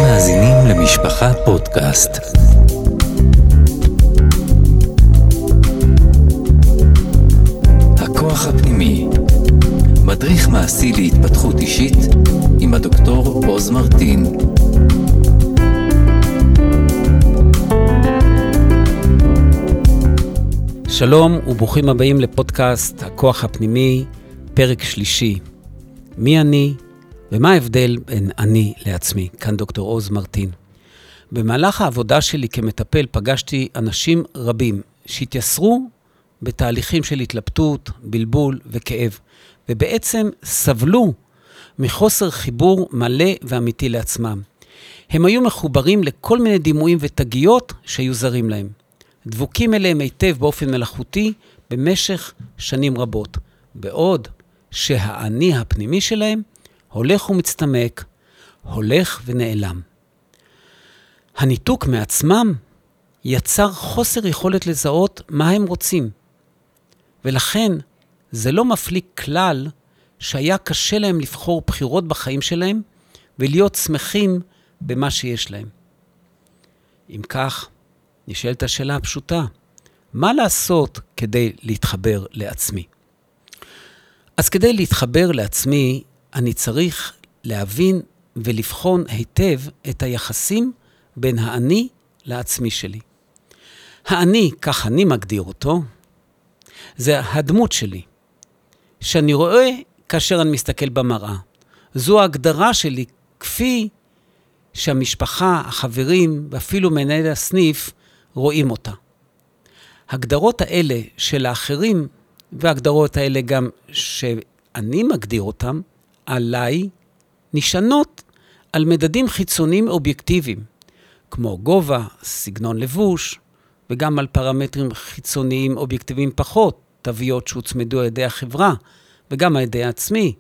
מאזינים למשפחה פודקאסט. הכוח הפנימי, מדריך מעשי להתפתחות אישית עם הדוקטור עוז מרטין. שלום וברוכים הבאים לפודקאסט הכוח הפנימי, פרק שלישי. מי אני ומה ההבדל בין אני לעצמי? כאן דוקטור עוז מרטין. במהלך העבודה שלי כמטפל פגשתי אנשים רבים שהתייסרו בתהליכים של התלבטות, בלבול וכאב, ובעצם סבלו מחוסר חיבור מלא ואמיתי לעצמם. הם היו מחוברים לכל מיני דימויים ותגיות שהיו זרים להם. דבוקים אליהם היטב באופן מלאכותי במשך שנים רבות, בעוד שהאני הפנימי שלהם הולך ומצטמק, הולך ונעלם. הניתוק מעצמם יצר חוסר יכולת לזהות מה הם רוצים, ולכן זה לא מפליא כלל שהיה קשה להם לבחור בחירות בחיים שלהם ולהיות שמחים במה שיש להם. אם כך, נשאלת השאלה הפשוטה, מה לעשות כדי להתחבר לעצמי? אז כדי להתחבר לעצמי, אני צריך להבין ולבחון היטב את היחסים בין האני לעצמי שלי. האני, כך אני מגדיר אותו, זה הדמות שלי, שאני רואה כאשר אני מסתכל במראה. זו ההגדרה שלי, כפי שהמשפחה, החברים ואפילו מנהל הסניף רואים אותה. הגדרות האלה של האחרים, והגדרות האלה גם שאני מגדיר אותם, עליי נשענות על מדדים חיצוניים אובייקטיביים, כמו גובה, סגנון לבוש, וגם על פרמטרים חיצוניים אובייקטיביים פחות, תוויות שהוצמדו על ידי החברה, וגם על ידי עצמי.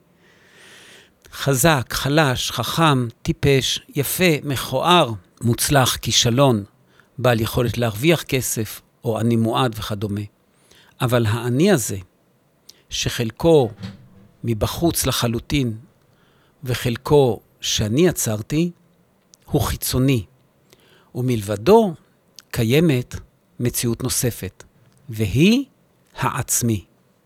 חזק, חלש, חכם, טיפש, יפה, מכוער, מוצלח, כישלון, בעל יכולת להרוויח כסף, או אני מועד וכדומה. אבל האני הזה, שחלקו מבחוץ לחלוטין, וחלקו שאני יצרתי, הוא חיצוני. ומלבדו קיימת מציאות נוספת, והיא העצמי.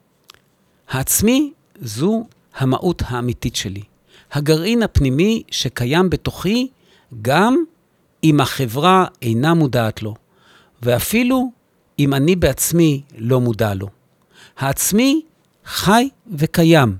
העצמי זו המהות האמיתית שלי. הגרעין הפנימי שקיים בתוכי, גם אם החברה אינה מודעת לו, ואפילו אם אני בעצמי לא מודע לו. העצמי חי וקיים,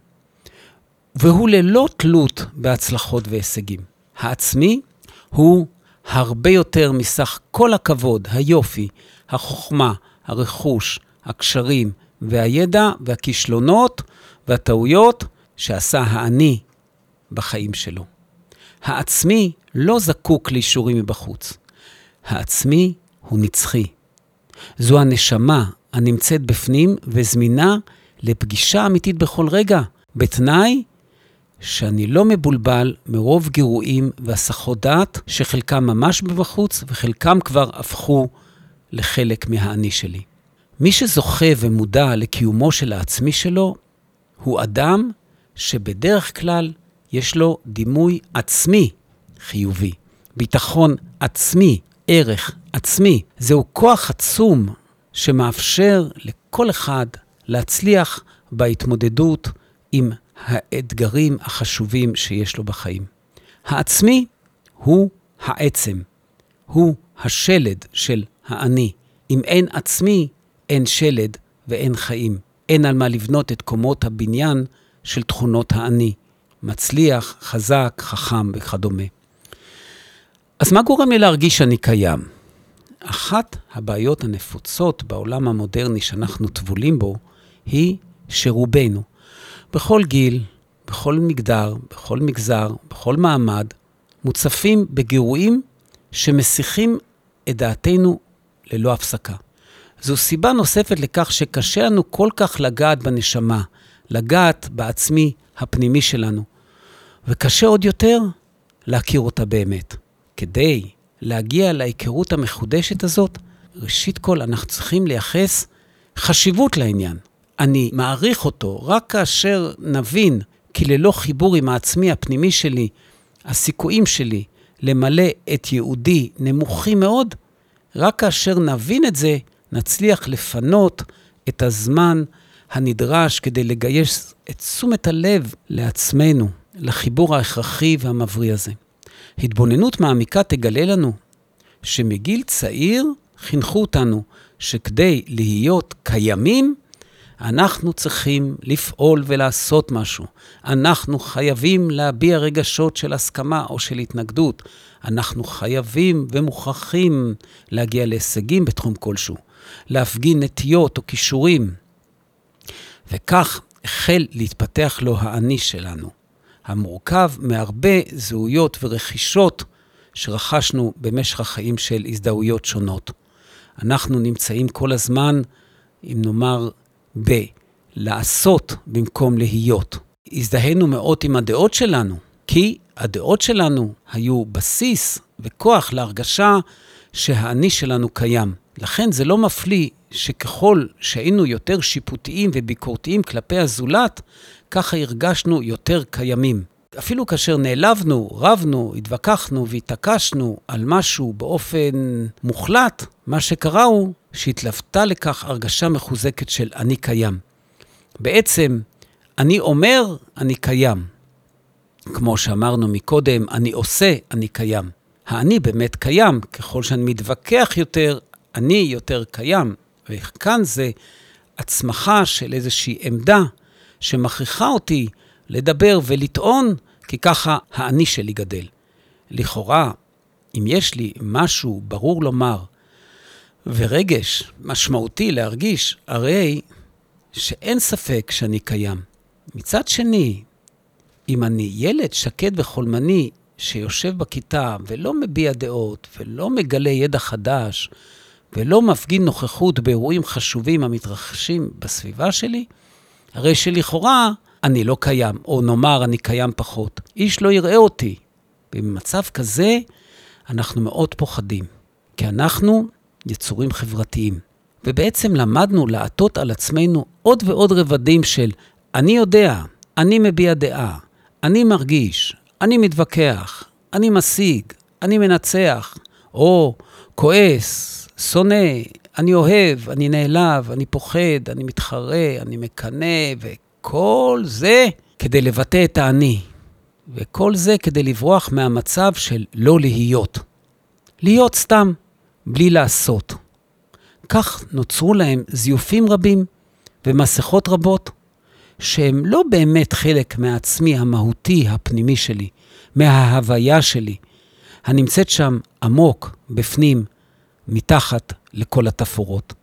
והוא ללא תלות בהצלחות והישגים. העצמי הוא הרבה יותר מסך כל הכבוד, היופי, החוכמה, הרכוש, הקשרים והידע והכישלונות והטעויות שעשה האני בחיים שלו. העצמי לא זקוק לאישורים מבחוץ. העצמי הוא נצחי. זו הנשמה הנמצאת בפנים וזמינה לפגישה אמיתית בכל רגע, בתנאי שאני לא מבולבל מרוב גירויים והסחות דעת שחלקם ממש מבחוץ וחלקם כבר הפכו לחלק מהאני שלי. מי שזוכה ומודע לקיומו של העצמי שלו הוא אדם שבדרך כלל יש לו דימוי עצמי חיובי, ביטחון עצמי, ערך עצמי. זהו כוח עצום שמאפשר לכל אחד להצליח בהתמודדות עם האתגרים החשובים שיש לו בחיים. העצמי הוא העצם, הוא השלד של האני. אם אין עצמי, אין שלד ואין חיים. אין על מה לבנות את קומות הבניין של תכונות האני. מצליח, חזק, חכם וכדומה. אז מה גורם לי להרגיש שאני קיים? אחת הבעיות הנפוצות בעולם המודרני שאנחנו טבולים בו, היא שרובנו, בכל גיל, בכל מגדר, בכל מגזר, בכל מעמד, מוצפים בגירויים שמסיחים את דעתנו ללא הפסקה. זו סיבה נוספת לכך שקשה לנו כל כך לגעת בנשמה, לגעת בעצמי הפנימי שלנו, וקשה עוד יותר להכיר אותה באמת. כדי להגיע להיכרות המחודשת הזאת, ראשית כל אנחנו צריכים לייחס חשיבות לעניין. אני מעריך אותו רק כאשר נבין כי ללא חיבור עם העצמי הפנימי שלי, הסיכויים שלי למלא את יהודי נמוכים מאוד, רק כאשר נבין את זה, נצליח לפנות את הזמן הנדרש כדי לגייס את תשומת הלב לעצמנו, לחיבור ההכרחי והמבריא הזה. התבוננות מעמיקה תגלה לנו שמגיל צעיר חינכו אותנו שכדי להיות קיימים, אנחנו צריכים לפעול ולעשות משהו. אנחנו חייבים להביע רגשות של הסכמה או של התנגדות. אנחנו חייבים ומוכרחים להגיע להישגים בתחום כלשהו. להפגין נטיות או כישורים. וכך החל להתפתח לו האני שלנו. המורכב מהרבה זהויות ורכישות שרכשנו במשך החיים של הזדהויות שונות. אנחנו נמצאים כל הזמן, אם נאמר, לעשות במקום להיות. הזדהינו מאוד עם הדעות שלנו, כי הדעות שלנו היו בסיס וכוח להרגשה שהאני שלנו קיים. לכן זה לא מפליא שככל שהיינו יותר שיפוטיים וביקורתיים כלפי הזולת, ככה הרגשנו יותר קיימים. אפילו כאשר נעלבנו, רבנו, התווכחנו והתעקשנו על משהו באופן מוחלט, מה שקרה הוא שהתלוותה לכך הרגשה מחוזקת של אני קיים. בעצם, אני אומר, אני קיים. כמו שאמרנו מקודם, אני עושה, אני קיים. האני באמת קיים, ככל שאני מתווכח יותר, אני יותר קיים. וכאן זה הצמחה של איזושהי עמדה שמכריחה אותי לדבר ולטעון, כי ככה האני שלי גדל. לכאורה, אם יש לי משהו ברור לומר, ורגש משמעותי להרגיש, הרי שאין ספק שאני קיים. מצד שני, אם אני ילד שקט וחולמני שיושב בכיתה ולא מביע דעות ולא מגלה ידע חדש ולא מפגין נוכחות באירועים חשובים המתרחשים בסביבה שלי, הרי שלכאורה אני לא קיים, או נאמר אני קיים פחות. איש לא יראה אותי. במצב כזה אנחנו מאוד פוחדים, כי אנחנו יצורים חברתיים. ובעצם למדנו לעטות על עצמנו עוד ועוד רבדים של אני יודע, אני מביע דעה, אני מרגיש, אני מתווכח, אני משיג, אני מנצח, או כועס, שונא, אני אוהב, אני נעלב, אני פוחד, אני מתחרה, אני מקנא, וכל זה כדי לבטא את האני. וכל זה כדי לברוח מהמצב של לא להיות. להיות סתם, בלי לעשות. כך נוצרו להם זיופים רבים ומסכות רבות, שהם לא באמת חלק מהעצמי המהותי הפנימי שלי, מההוויה שלי, הנמצאת שם עמוק בפנים, מתחת לכל התפורות.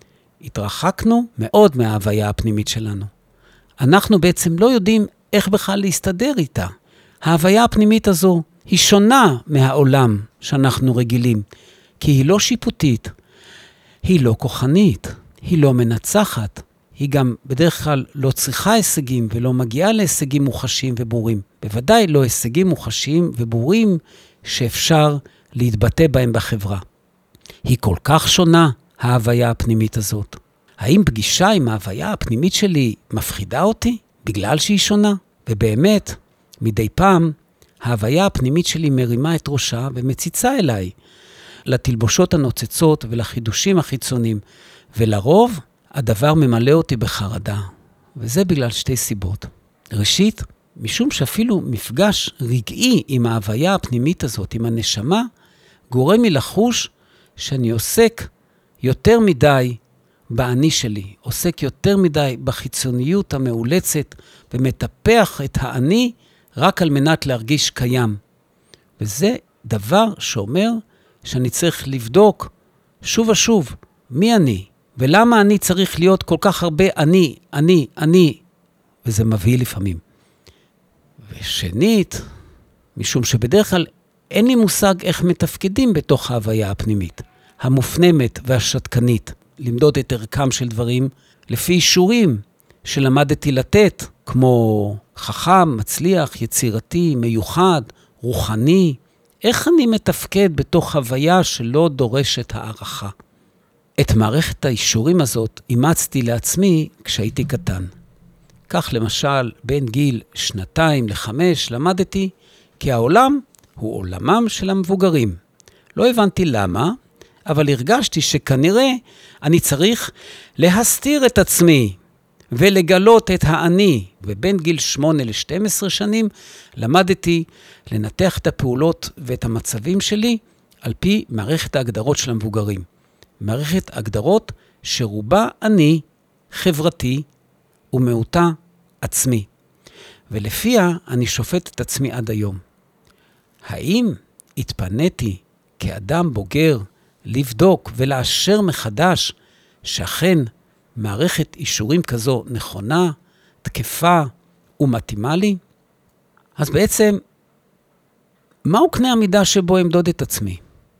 התרחקנו מאוד מההוויה הפנימית שלנו. אנחנו בעצם לא יודעים איך בכלל להסתדר איתה. ההוויה הפנימית הזו היא שונה מהעולם שאנחנו רגילים, כי היא לא שיפוטית, היא לא כוחנית, היא לא מנצחת, היא גם בדרך כלל לא צריכה הישגים ולא מגיעה להישגים מוחשיים וברורים. בוודאי לא הישגים מוחשיים וברורים שאפשר להתבטא בהם בחברה. היא כל כך שונה, ההוויה הפנימית הזאת. האם פגישה עם ההוויה הפנימית שלי מפחידה אותי בגלל שהיא שונה? ובאמת, מדי פעם, ההוויה הפנימית שלי מרימה את ראשה ומציצה אליי, לתלבושות הנוצצות ולחידושים החיצוניים, ולרוב הדבר ממלא אותי בחרדה, וזה בגלל שתי סיבות. ראשית, משום שאפילו מפגש רגעי עם ההוויה הפנימית הזאת, עם הנשמה, גורם לי לחוש שאני עוסק יותר מדי באני שלי, עוסק יותר מדי בחיצוניות המאולצת, ומטפח את האני רק על מנת להרגיש קיים. וזה דבר שאומר שאני צריך לבדוק שוב ושוב מי אני, ולמה אני צריך להיות כל כך הרבה אני, וזה מביא לפעמים. ושנית, משום שבדרך כלל אין לי מושג איך מתפקדים בתוך ההוויה הפנימית, המופנמת והשתקנית, למדוד את ערכם של דברים לפי אישורים שלמדתי לתת, כמו חכם, מצליח, יצירתי, מיוחד, רוחני. איך אני מתפקד בתוך הוויה שלא דורשת הערכה? את מערכת האישורים הזאת אימצתי לעצמי כשהייתי קטן. כך למשל, בין גיל 2 ל-5 למדתי כי העולם הוא עולמם של המבוגרים. לא הבנתי למה, אבל הרגשתי שכנראה אני צריך להסתיר את עצמי ולגלות את האני. ובין גיל 8 ל-12 שנים למדתי לנתח את הפעולות ואת המצבים שלי על פי מערכת ההגדרות של המבוגרים. מערכת הגדרות שרובה אני, חברתי ומהותה עצמי. ולפיה אני שופט את עצמי עד היום. האם התפניתי כאדם בוגר לבדוק ולאשר מחדש שאכן מערכת אישורים כזו נכונה, תקפה ומתאימה לי? אז בעצם, מהו קנה המידה שבו אמדוד את עצמי?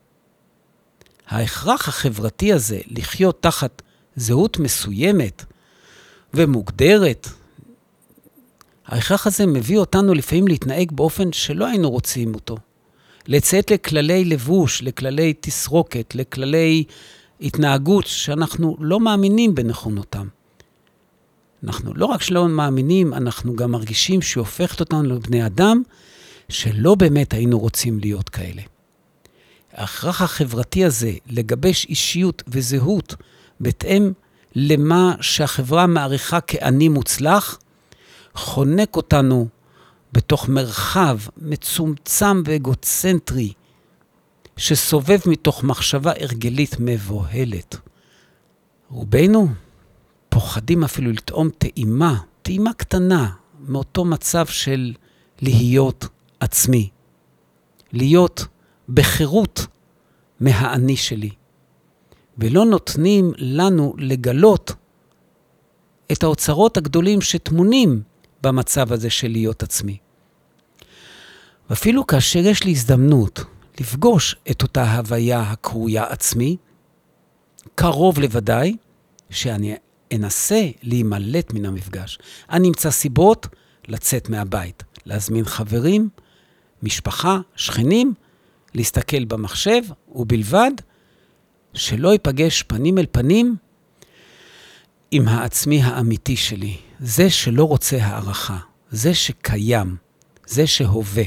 ההכרח החברתי הזה לחיות תחת זהות מסוימת ומוגדרת, ההכרח הזה מביא אותנו לפעמים להתנהג באופן שלא היינו רוצים אותו. לציית לכללי לבוש, לכללי תסרוקת, לכללי התנהגות שאנחנו לא מאמינים בנכונותם. אנחנו לא רק שלא מאמינים, אנחנו גם מרגישים שהיא הופכת אותנו לבני אדם שלא באמת היינו רוצים להיות כאלה. ההכרח החברתי הזה לגבש אישיות וזהות בהתאם למה שהחברה מעריכה כאני מוצלח, חונק אותנו בתוך מרחב מצומצם ואגוצנטרי, שסובב מתוך מחשבה הרגלית מבוהלת. רובנו פוחדים אפילו לטעום טעימה קטנה, מאותו מצב של להיות עצמי. להיות בחירות מהאני שלי. ולא נותנים לנו לגלות את האוצרות הגדולים שתמונים במצב הזה של להיות עצמי. ואפילו כאשר יש לי הזדמנות לפגוש את אותה הוויה הקרויה עצמי, קרוב לוודאי שאני אנסה להימלט מן המפגש. אני אמצא סיבות לצאת מהבית, להזמין חברים, משפחה, שכנים, להסתכל במחשב, ובלבד שלא ייפגש פנים אל פנים עם העצמי האמיתי שלי. זה שלא רוצה הערכה, זה שקיים, זה שהווה.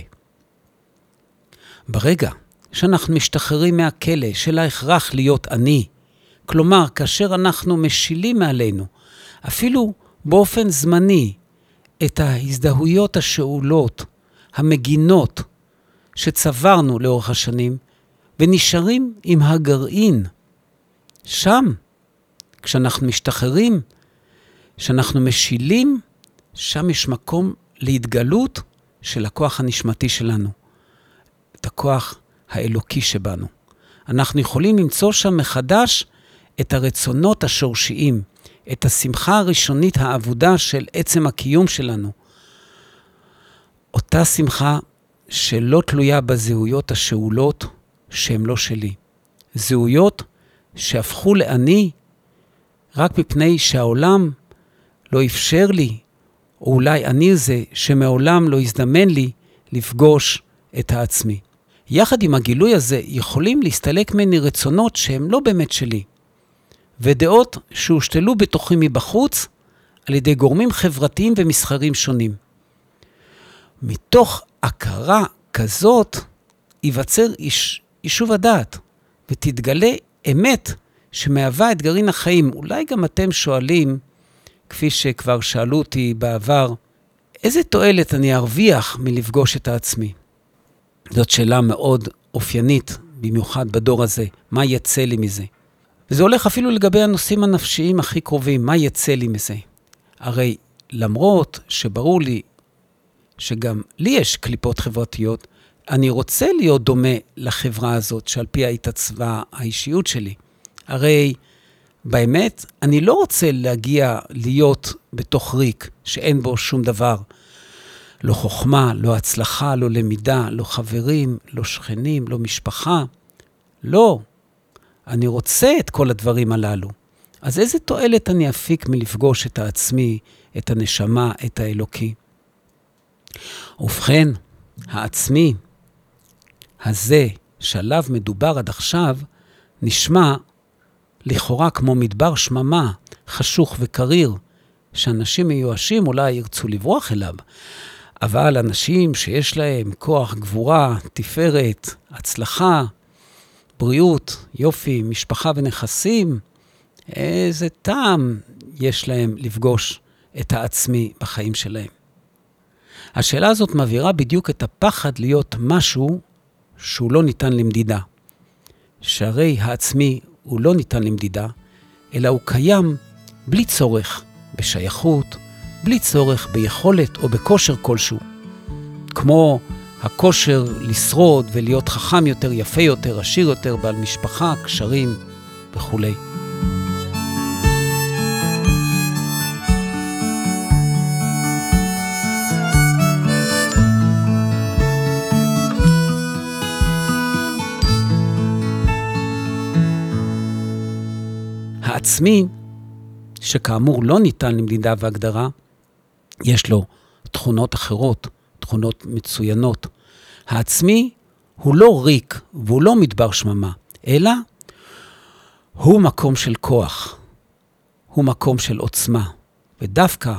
ברגע שאנחנו משתחררים מהכלא של ההכרח להיות אני, כלומר, כאשר אנחנו משילים מעלינו, אפילו באופן זמני, את ההזדהויות השאולות, המגינות, שצברנו לאורך השנים, ונשארים עם הגרעין. שם, כשאנחנו משתחררים, כשאנחנו משילים, שם יש מקום להתגלות של הכוח הנשמתי שלנו, את הכוח האלוקי שבנו. אנחנו יכולים למצוא שם מחדש את הרצונות השורשיים, את השמחה הראשונית העבודה של עצם הקיום שלנו. אותה שמחה שלא תלויה בזהויות השאולות שהן לא שלי. זהויות שהפכו לאני רק מפני שהעולם לא אפשר לי, או אולי אני זה שמעולם לא הזדמן לי לפגוש את העצמי. יחד עם הגילוי הזה יכולים להסתלק ממני רצונות שהם לא באמת שלי, ודעות שהושתלו בתוכי מבחוץ על ידי גורמים חברתיים ומסחרים שונים. מתוך הכרה כזאת ייווצר יישוב הדעת, ותתגלה אמת שמהווה את גרעין החיים. אולי גם אתם שואלים, כפי שכבר שאלו אותי בעבר, איזה תועלת אני ארוויח מלפגוש את העצמי? זאת שאלה מאוד אופיינית, במיוחד בדור הזה. מה יצא לי מזה? וזה הולך אפילו לגבי הנושאים הנפשיים הכי קרובים. מה יצא לי מזה? הרי למרות שברור לי שגם לי יש קליפות חברתיות, אני רוצה להיות דומה לחברה הזאת שעל פי התעצבה האישיות שלי. הרי באמת אני לא רוצה להגיע להיות בתוך ריק שאין בו שום דבר. לא חוכמה, לא הצלחה, לא למידה, לא חברים, לא שכנים, לא משפחה. לא. אני רוצה את כל הדברים הללו. אז איזה תועלת אני אפיק מלפגוש את העצמי, את הנשמה, את האלוקי? ובכן, העצמי הזה שעליו מדובר עד עכשיו, נשמע לכאורה כמו מדבר שממה, חשוך וקריר, שאנשים מיואשים אולי ירצו לברוח אליו. אבל אנשים שיש להם כוח, גבורה, תפארת, הצלחה, בריאות, יופי, משפחה ונכסים, איזה טעם יש להם לפגוש את העצמי בחיים שלהם. השאלה הזאת מבהירה בדיוק את הפחד להיות משהו שהוא לא ניתן למדידה. שהרי העצמי הוא לא ניתן למדידה, אלא הוא קיים בלי צורך בשייכות, בלי צורך ביכולת או בכושר כלשהו. כמו הכושר לשרוד ולהיות חכם יותר, יפה יותר, עשיר יותר, בעל משפחה, קשרים וכו'. העצמי, שכאמור לא ניתן למדידה והגדרה, יש לו תכונות אחרות, תכונות מצוינות. העצמי הוא לא ריק והוא לא מדבר שממה, אלא הוא מקום של כוח, הוא מקום של עוצמה, ודווקא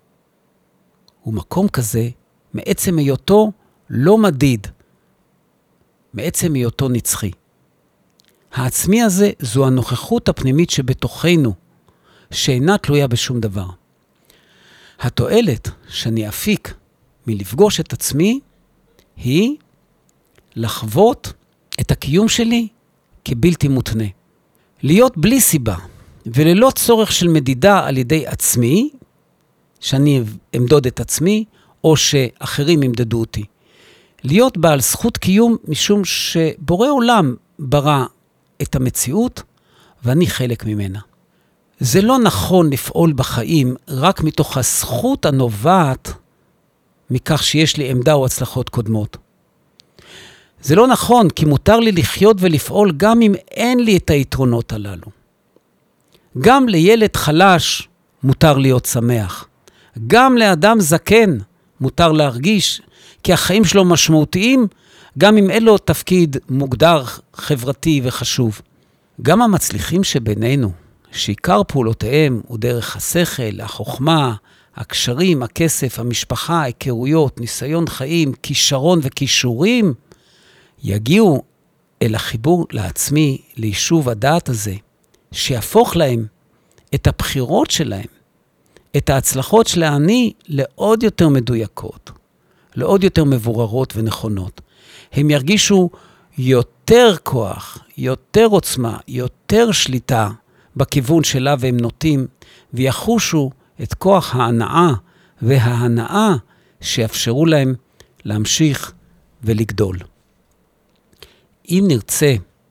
הוא מקום כזה מעצם היותו לא מדיד, מעצם היותו נצחי. העצמי הזה זו הנוכחות הפנימית שבתוכנו, שאינה תלויה בשום דבר. התועלת שאני אפיק מלפגוש את עצמי, היא לחוות את הקיום שלי כבלתי מותנה. להיות בלי סיבה, וללא צורך של מדידה על ידי עצמי, שאני אמדוד את עצמי, או שאחרים ימדדו אותי. להיות בעל זכות קיום, משום שבורא עולם ברא את המציאות, ואני חלק ממנה. זה לא נכון לפעול בחיים רק מתוך הזכות הנובעת מכך שיש לי עמדה או הצלחות קודמות. זה לא נכון, כי מותר לי לחיות ולפעול גם אם אין לי את היתרונות הללו. גם לילד חלש מותר להיות שמח. גם לאדם זקן מותר להרגיש כי החיים שלו משמעותיים, גם אם אין לו תפקיד מוגדר, חברתי וחשוב. גם המצליחים שבינינו, שעיקר פעולותיהם הוא דרך השכל, החוכמה, הקשרים, הכסף, המשפחה, ההיכרויות, ניסיון חיים, כישרון וכישורים, יגיעו אל החיבור לעצמי, ליישוב הדעת הזה, שיהפוך להם את הבחירות שלהם, את ההצלחות של אני לעוד יותר מדויקות, לעוד יותר מבוררות ונכונות. הם ירגישו יותר כוח, יותר עוצמה, יותר שליטה בכיוון שלה והם נוטים, ויחושו את כוח ההנאה וההנאה שיאפשרו להם להמשיך ולגדול. אם נרצה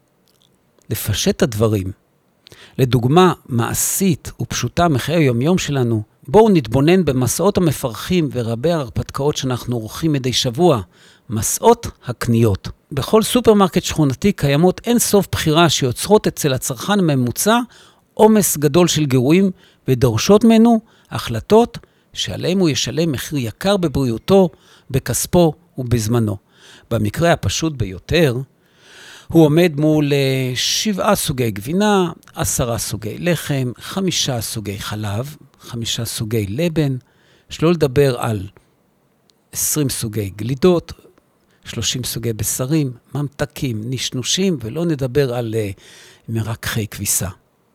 לפשט את הדברים, לדוגמה מעשית ופשוטה מחיי היומיום שלנו, בואו נתבונן במסעות המפרכים ורבי ההרפתקאות שאנחנו עורכים מדי שבוע, מסעות הקניות. בכל סופרמרקט שכונתי קיימות אין סוף בחירה שיוצרות אצל הצרכן הממוצע עומס גדול של גירויים ודורשות ממנו החלטות שעליהם הוא ישלם מחיר יקר בבריאותו, בכספו ובזמנו. במקרה הפשוט ביותר, הוא עומד מול 7 סוגי גבינה, 10 סוגי לחם, 5 סוגי חלב, 5 סוגי לבן, שלא לדבר על 20 סוגי גלידות, 30 סוגי בשרים, ממתקים, נשנושים, ולא נדבר על מרקחי כביסה.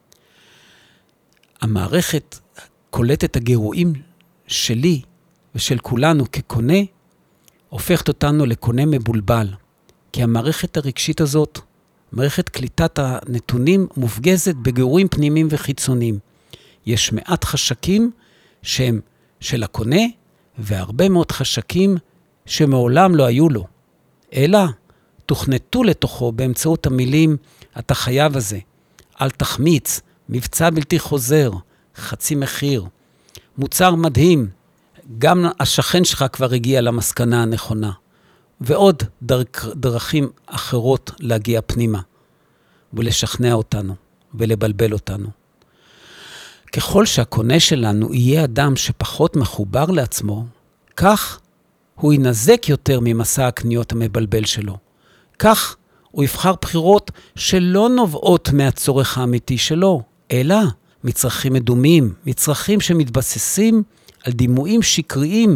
המערכת קולטת הגירויים שלי ושל כולנו כקונה, הופכת אותנו לקונה מבולבל. כי המערכת הרגשית הזאת, מערכת קליטת הנתונים, מופגזת בגירויים פנימיים וחיצוניים. יש מעט חשקים שהם של הקונה, והרבה מאוד חשקים שמעולם לא היו לו. אלא תוכנתו לתוכו באמצעות המילים, אתה חייב הזה, אל תחמיץ, מבצע בלתי חוזר, חצי מחיר, מוצר מדהים, גם השכן שלך כבר הגיע למסקנה הנכונה. ועוד דרכים אחרות להגיע פנימה, ולשכנע אותנו, ולבלבל אותנו. ככל שהקונה שלנו יהיה אדם שפחות מחובר לעצמו, כך הוא ינזק יותר ממסע הקניות המבלבל שלו. כך הוא יבחר בחירות שלא נובעות מהצורך האמיתי שלו, אלא מצרכים מדומים, מצרכים שמתבססים על דימויים שקריים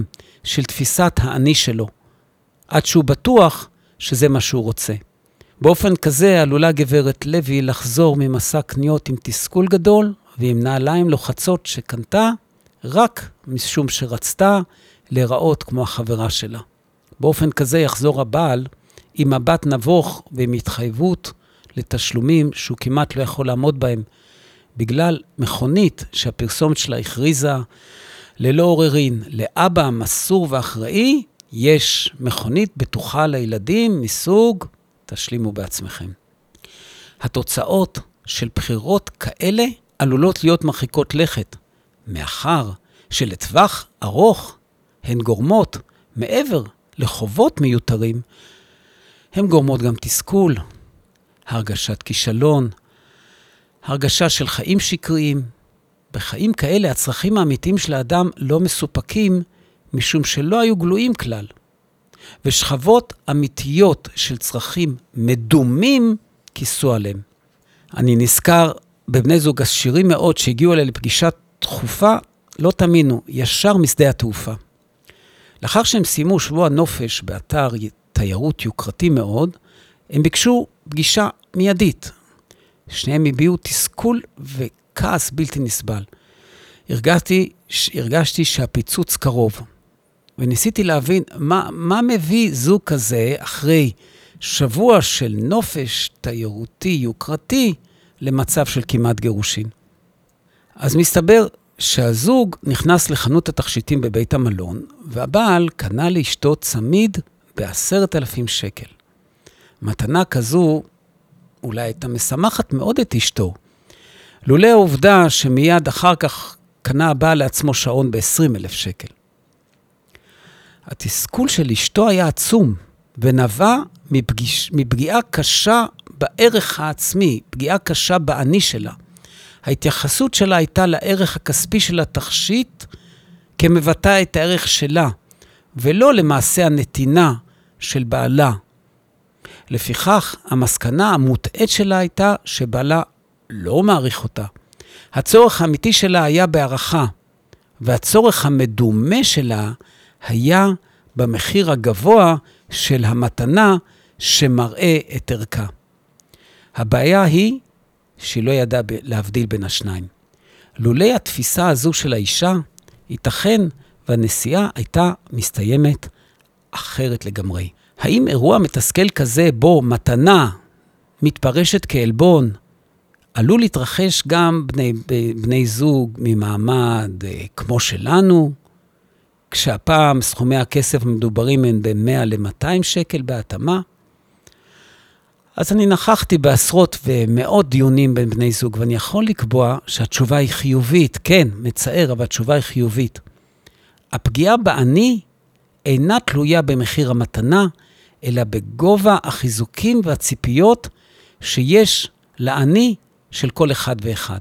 של תפיסת האני שלו, עד שהוא בטוח שזה מה שהוא רוצה. באופן כזה עלולה גברת לוי לחזור ממסע קניות עם תסכול גדול, ועם נעליים לוחצות שקנתה, רק משום שרצתה להיראות כמו החברה שלה. באופן כזה יחזור הבעל עם מבט נבוך ועם התחייבות לתשלומים שהוא כמעט לא יכול לעמוד בהם, בגלל מכונית שהפרסומת שלה הכריזה ללא עוררין, לאבא המסור ואחראי, יש מכונית בטוחה לילדים מסוג, תשלימו בעצמכם. התוצאות של בחירות כאלה עלולות להיות מרחיקות לכת, מאחר שלטווח ארוך הן גורמות מעבר לחובות מיותרים, הן גורמות גם תסכול, הרגשת כישלון, הרגשה של חיים שקריים. בחיים כאלה הצרכים האמיתיים של האדם לא מסופקים, משום שלא היו גלויים כלל. ושכבות אמיתיות של צרכים מדומים כיסו עליהם. אני נזכר בבני זוג עשירים מאוד שהגיעו אליי לפגישה דחופה, לא תאמינו, ישר משדה התעופה. לאחר שהם סיימו שבוע נופש באתר תיירות יוקרתי מאוד, הם ביקשו פגישה מיידית. שניהם הביעו תסכול וכעס בלתי נסבל. הרגשתי שהפיצוץ קרוב. וניסיתי להבין מה מביא זוג כזה אחרי שבוע של נופש תיירותי יוקרתי למצב של כמעט גירושין. אז מסתבר שהזוג נכנס לחנות התכשיטים בבית המלון, והבעל קנה לאשתו צמיד ב10,000 שקל. מתנה כזו אולי הייתה משמחת מאוד את אשתו. לולא העובדה שמיד אחר כך קנה הבעל לעצמו שעון ב20,000 שקל. התסכול של אשתו היה עצום, ונבע מפגיעה קשה בערך העצמי, פגיעה קשה באני שלה. ההתייחסות שלה הייתה לערך הכספי של התכשיט, כמבטא את הערך שלה, ולא למעשה הנתינה של בעלה. לפיכך, המסקנה המוטעית שלה הייתה שבעלה לא מעריך אותה. הצורך האמיתי שלה היה בהערכה, והצורך המדומה שלה היה במחיר הגבוה של המתנה שמראה את ערכה. הבעיה היא שהיא לא ידעה להבדיל בין השניים. לולא התפיסה הזו של האישה, ייתכן והנסיעה הייתה מסתיימת אחרת לגמרי. האם אירוע מתסכל כזה בו מתנה מתפרשת כעלבון, עלול להתרחש גם בני זוג ממעמד כמו שלנו, כשהפעם סכומי הכסף מדוברים הן ב100 ל200 שקל בהתאמה? אז אני נכחתי בעשרות ומאות דיונים בין בני זוג, ואני יכול לקבוע שהתשובה היא חיובית. כן, מצער, אבל התשובה היא חיובית. הפגיעה באני אינה תלויה במחיר המתנה, אלא בגובה החיזוקים והציפיות שיש לאני של כל אחד ואחד.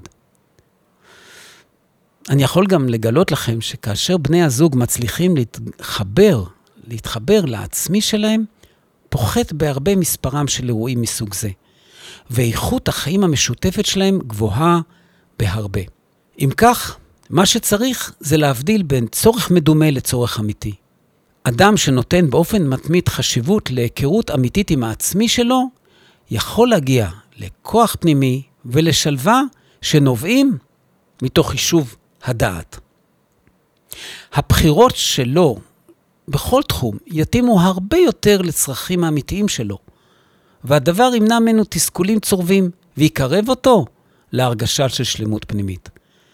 אני יכול גם לגלות לכם שכאשר בני הזוג מצליחים להתחבר לעצמי שלהם, פוחת בהרבה מספרם של אירועים מסוג זה, ואיכות החיים המשותפת שלהם גבוהה בהרבה. אם כך, מה שצריך זה להבדיל בין צורך מדומה לצורך אמיתי. אדם שנותן באופן מתמיד חשיבות להיכרות אמיתית עם העצמי שלו, יכול להגיע לכוח פנימי ולשלווה שנובעים מתוך חישוב הדעת. הבחירות שלו בכל תחום יתאימו הרבה יותר לצרכים האמיתיים שלו, והדבר ימנע ממנו תסכולים צורבים ויקרב אותו להרגשה של שלמות פנימית.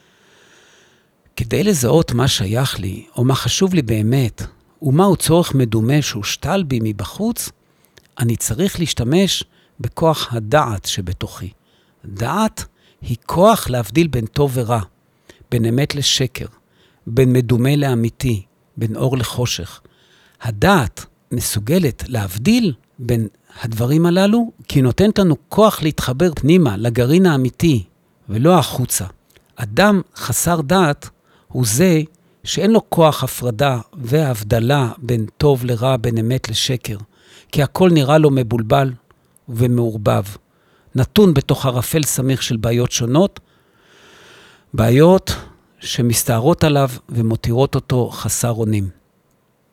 כדי לזהות מה שייך לי או מה חשוב לי באמת, ומהו צורך מדומה שהושתל בי מבחוץ, אני צריך להשתמש בכוח הדעת שבתוכי. דעת היא כוח להבדיל בין טוב ורע, בין אמת לשקר, בין מדומה לאמיתי, בין אור לחושך. הדעת מסוגלת להבדיל בין הדברים הללו, כי נותנת לנו כוח להתחבר פנימה לגרעין האמיתי, ולא החוצה. אדם חסר דעת הוא זה שאין לו כוח הפרדה והבדלה בין טוב לרע, בין אמת לשקר, כי הכל נראה לו מבולבל ומעורבב, נתון בתוך ערפל סמיך של בעיות שונות, בעיות שמסתערות עליו ומותירות אותו חסר אונים.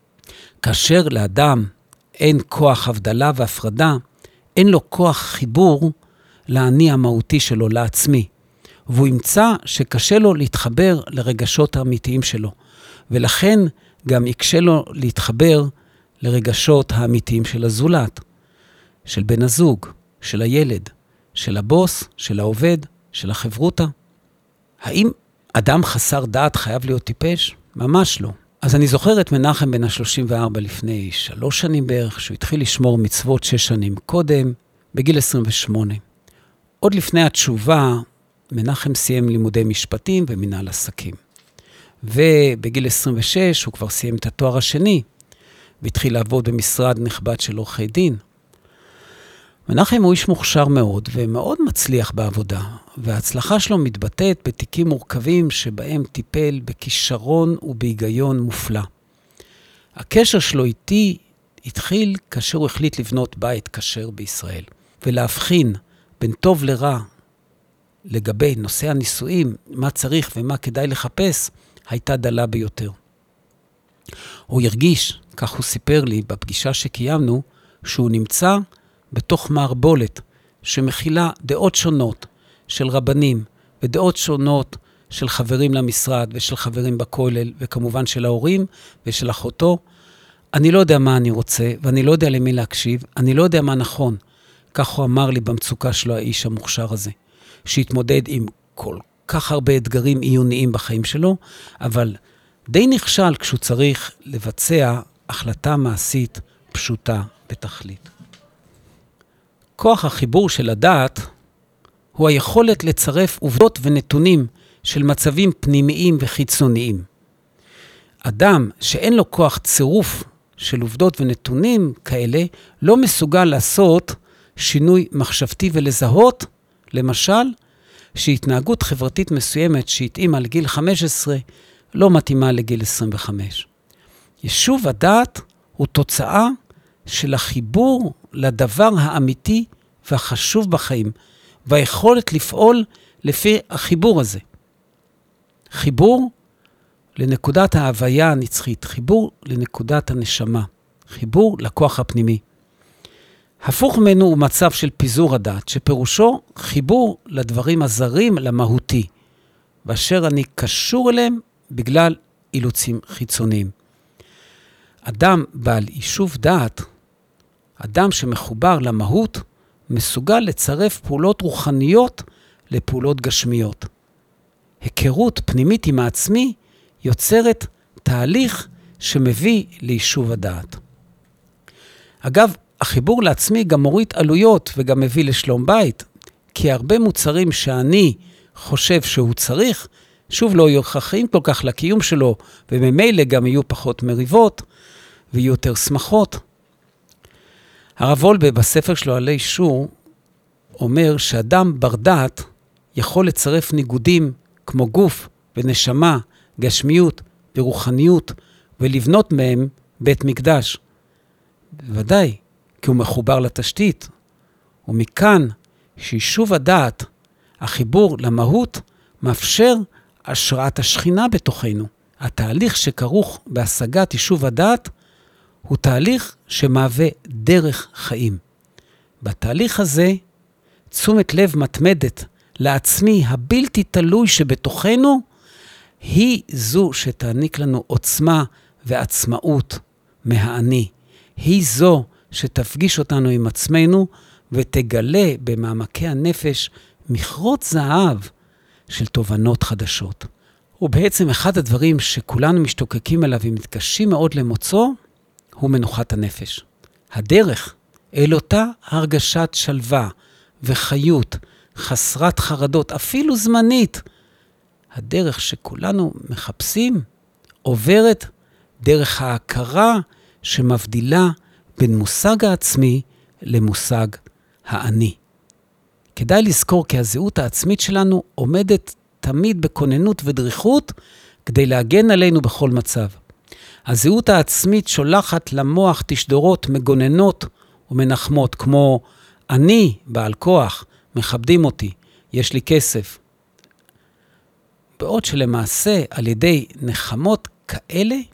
כאשר לאדם אין כוח הבדלה והפרדה, אין לו כוח חיבור לאני המהותי שלו, לעצמי. והוא ימצא שקשה לו להתחבר לרגשות האמיתיים שלו. ולכן גם יקשה לו להתחבר לרגשות האמיתיים של הזולת, של בן הזוג, של הילד, של הבוס, של העובד, של החברותה. האם אדם חסר דעת חייב להיות טיפש? ממש לא. אז אני זוכר את מנחם בן ה-34 לפני 3 שנים בערך, שהוא התחיל לשמור מצוות 6 שנים קודם, בגיל 28. עוד לפני התשובה, מנחם סיים לימודי משפטים ומנהל עסקים. ובגיל 26 הוא כבר סיים את התואר השני, והתחיל לעבוד במשרד נכבד של עורכי דין. מנחם הוא איש מוכשר מאוד, ומאוד מצליח בעבודה, וההצלחה שלו מתבטאת בתיקים מורכבים שבהם טיפל בכישרון ובהיגיון מופלא. הקשר שלו איתי התחיל כאשר הוא החליט לבנות בית כשר בישראל, ולהבחין בין טוב לרע לגבי נושא הנישואים, מה צריך ומה כדאי לחפש, הייתה דלה ביותר. הוא הרגיש, כך הוא סיפר לי בפגישה שקיימנו, שהוא נמצא בתוך מערבולת שמכילה דעות שונות של רבנים ודעות שונות של חברים למשרד ושל חברים בכולל וכמובן של ההורים ושל אחותו. אני לא יודע מה אני רוצה ואני לא יודע למי להקשיב, אני לא יודע מה נכון. כך הוא אמר לי במצוקה שלו האיש המוכשר הזה, שהתמודד עם כל כך הרבה אתגרים עיוניים בחיים שלו, אבל די נכשל כשהוא צריך לבצע החלטה מעשית פשוטה בתכלית. כוח החיבור של הדעת הוא היכולת לצרף עובדות ונתונים של מצבים פנימיים וחיצוניים. אדם שאין לו כוח צירוף של עובדות ונתונים כאלה, לא מסוגל לעשות שינוי מחשבתי ולזהות, למשל, שהתנהגות חברתית מסוימת שהתאימה לגיל 15 לא מתאימה לגיל 25. יישוב הדעת הוא תוצאה של החיבור לדבר האמיתי והחשוב בחיים, והיכולת לפעול לפי החיבור הזה. חיבור לנקודת ההוויה הנצחית, חיבור לנקודת הנשמה, חיבור לכוח הפנימי. הפוך ממנו הוא מצב של פיזור הדעת, שפירושו חיבור לדברים הזרים למהותי, ואשר אני קשור אליהם בגלל אילוצים חיצוניים. אדם בעל יישוב דעת, אדם שמחובר למהות, מסוגל לצרף פעולות רוחניות לפעולות גשמיות. היכרות פנימית עם העצמי יוצרת תהליך שמביא ליישוב הדעת. אגב, החיבור לעצמי גם מוריד עלויות וגם מביא לשלום בית, כי הרבה מוצרים שאני חושב שהוא צריך, שוב לא יהיו הכרחיים כל כך לקיום שלו, וממילא גם יהיו פחות מריבות ויהיו יותר שמחות. הרב וולבה בספר שלו עלי שור אומר שאדם בר דעת יכול לצרף ניגודים כמו גוף ונשמה, גשמיות ורוחניות, ולבנות מהם בית מקדש. בוודאי, כי הוא מחובר לתשתית. ומכאן שיישוב הדעת, החיבור למהות, מאפשר השראת השכינה בתוכנו. התהליך שכרוך בהשגת יישוב הדעת, הוא תהליך שמהווה דרך חיים. בתהליך הזה, תשומת לב מתמדת לעצמי הבלתי תלוי שבתוכנו, היא זו שתעניק לנו עוצמה ועצמאות מהאני. היא זו שתפגיש אותנו עם עצמנו ותגלה במעמקי הנפש מכרות זהב של תובנות חדשות. ובעצם אחד הדברים שכולנו משתוקקים אליו ומתקשים מאוד למוצאו, הוא מנוחת הנפש. הדרך אל אותה הרגשת שלווה וחיות, חסרת חרדות, אפילו זמנית, הדרך שכולנו מחפשים, עוברת דרך ההכרה שמבדילה בין מושג העצמי למושג האני. כדאי לזכור כי הזהות העצמית שלנו עומדת תמיד בכוננות ודריכות כדי להגן עלינו בכל מצב. הזהות העצמית שולחת למוח תשדורות מגוננות ומנחמות, כמו אני בעל כוח, מכבדים אותי, יש לי כסף. בעוד שלמעשה על ידי נחמות כאלה,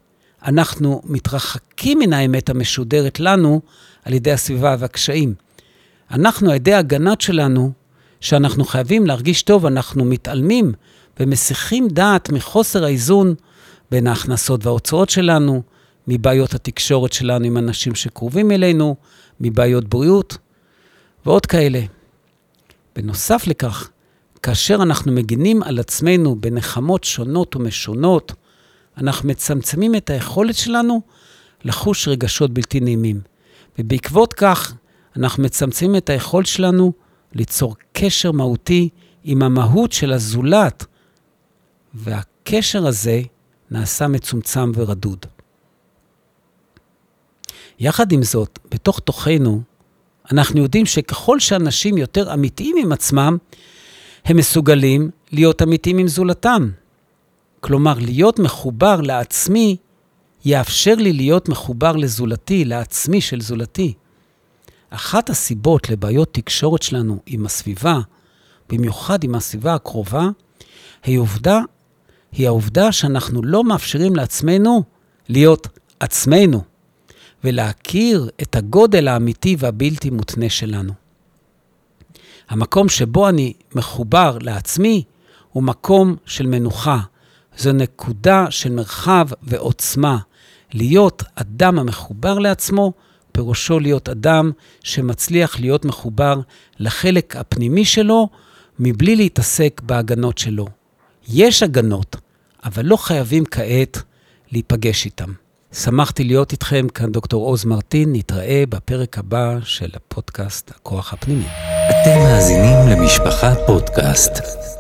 אנחנו מתרחקים מן האמת המשודרת לנו על ידי הסביבה והקשיים. אנחנו, על ידי ההגנות שלנו, שאנחנו חייבים להרגיש טוב, אנחנו מתעלמים ומסיחים דעת מחוסר האיזון בין ההכנסות וההוצאות שלנו, מבעיות התקשורת שלנו עם אנשים שקרובים אלינו, מבעיות בריאות ועוד כאלה. בנוסף לכך, כאשר אנחנו מגינים על עצמנו בנחמות שונות ומשונות, אנחנו מצמצמים את היכולת שלנו לחוש רגשות בלתי נעימים. ובעקבות כך, אנחנו מצמצמים את היכולת שלנו ליצור קשר מהותי עם המהות של הזולת, והקשר הזה נעשה מצומצם ורדוד. יחד עם זאת, בתוך תוכנו, אנחנו יודעים שככל שאנשים יותר אמיתיים עם עצמם, הם מסוגלים להיות אמיתיים עם זולתם. כלומר, להיות מחובר לעצמי, יאפשר לי להיות מחובר לזולתי, לעצמי של זולתי. אחת הסיבות לבעיות תקשורת שלנו עם הסביבה, במיוחד עם הסביבה הקרובה, היא העובדה שאנחנו לא מאפשרים לעצמנו להיות עצמנו, ולהכיר את הגודל האמיתי והבלתי מותנה שלנו. המקום שבו אני מחובר לעצמי הוא מקום של מנוחה. זו נקודה של מרחב ועוצמה. להיות אדם המחובר לעצמו, פירושו להיות אדם שמצליח להיות מחובר לחלק הפנימי שלו, מבלי להתעסק בהגנות שלו. יש הגנות, אבל לא חייבים כעת להיפגש איתם. שמחתי להיות איתכם כאן דוקטור עוז מרטין, נתראה בפרק הבא של הפודקאסט הכוח הפנימי. אתם מאזינים למשפחה פודקאסט.